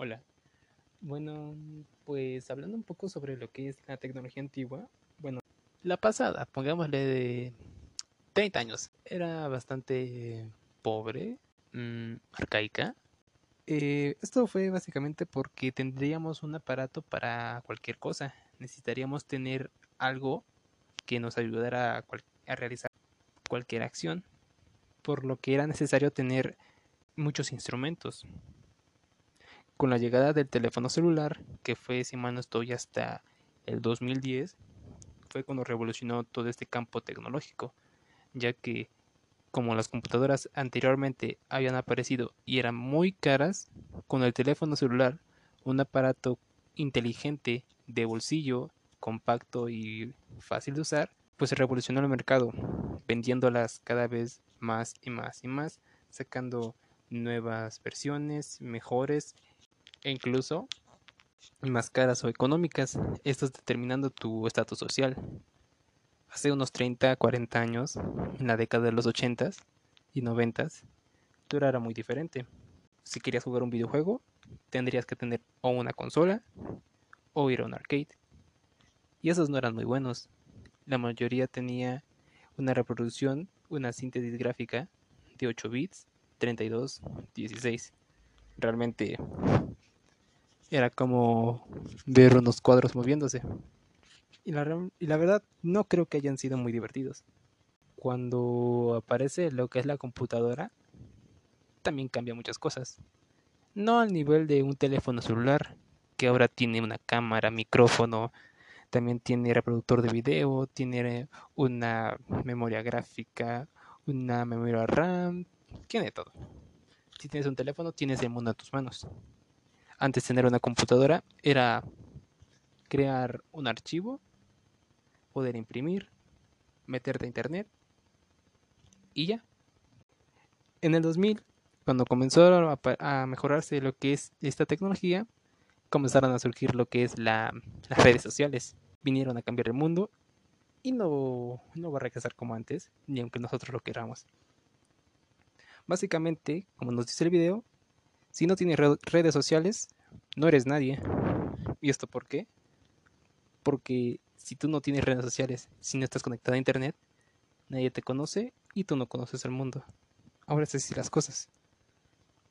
Hola. Bueno, pues hablando un poco sobre lo que es la tecnología antigua, bueno, la pasada, pongámosle de 30 años, era bastante pobre, arcaica. Esto fue básicamente porque tendríamos un aparato para cualquier cosa. Necesitaríamos tener algo que nos ayudara a realizar cualquier acción, por lo que era necesario tener muchos instrumentos. Con la llegada del teléfono celular, que fue, si mal no estoy, hasta el 2010, fue cuando revolucionó todo este campo tecnológico, ya que como las computadoras anteriormente habían aparecido y eran muy caras, con el teléfono celular, un aparato inteligente de bolsillo, compacto y fácil de usar, pues se revolucionó el mercado, vendiéndolas cada vez más y más y más, sacando nuevas versiones, mejores e incluso más caras o económicas, estos determinando tu estatus social. Hace unos 30, 40 años, en la década de los 80s y 90s, todo era muy diferente. Si querías jugar un videojuego, tendrías que tener o una consola o ir a un arcade. Y esos no eran muy buenos. La mayoría tenía una reproducción, una síntesis gráfica de 8 bits, 32, 16. Realmente era como ver unos cuadros moviéndose. Y la verdad, no creo que hayan sido muy divertidos. Cuando aparece lo que es la computadora, también cambia muchas cosas. No al nivel de un teléfono celular, que ahora tiene una cámara, micrófono, también tiene reproductor de video, tiene una memoria gráfica, una memoria RAM, tiene todo. Si tienes un teléfono, tienes el mundo a tus manos. Antes tener una computadora era crear un archivo, poder imprimir, meterte a internet y ya. En el 2000, cuando comenzó a mejorarse lo que es esta tecnología, comenzaron a surgir lo que es las redes sociales. Vinieron a cambiar el mundo y no va a regresar como antes, ni aunque nosotros lo queramos. Básicamente, como nos dice el video, si no tienes redes sociales, no eres nadie. ¿Y esto por qué? Porque si tú no tienes redes sociales, si no estás conectado a internet, nadie te conoce y tú no conoces el mundo. Ahora es así las cosas.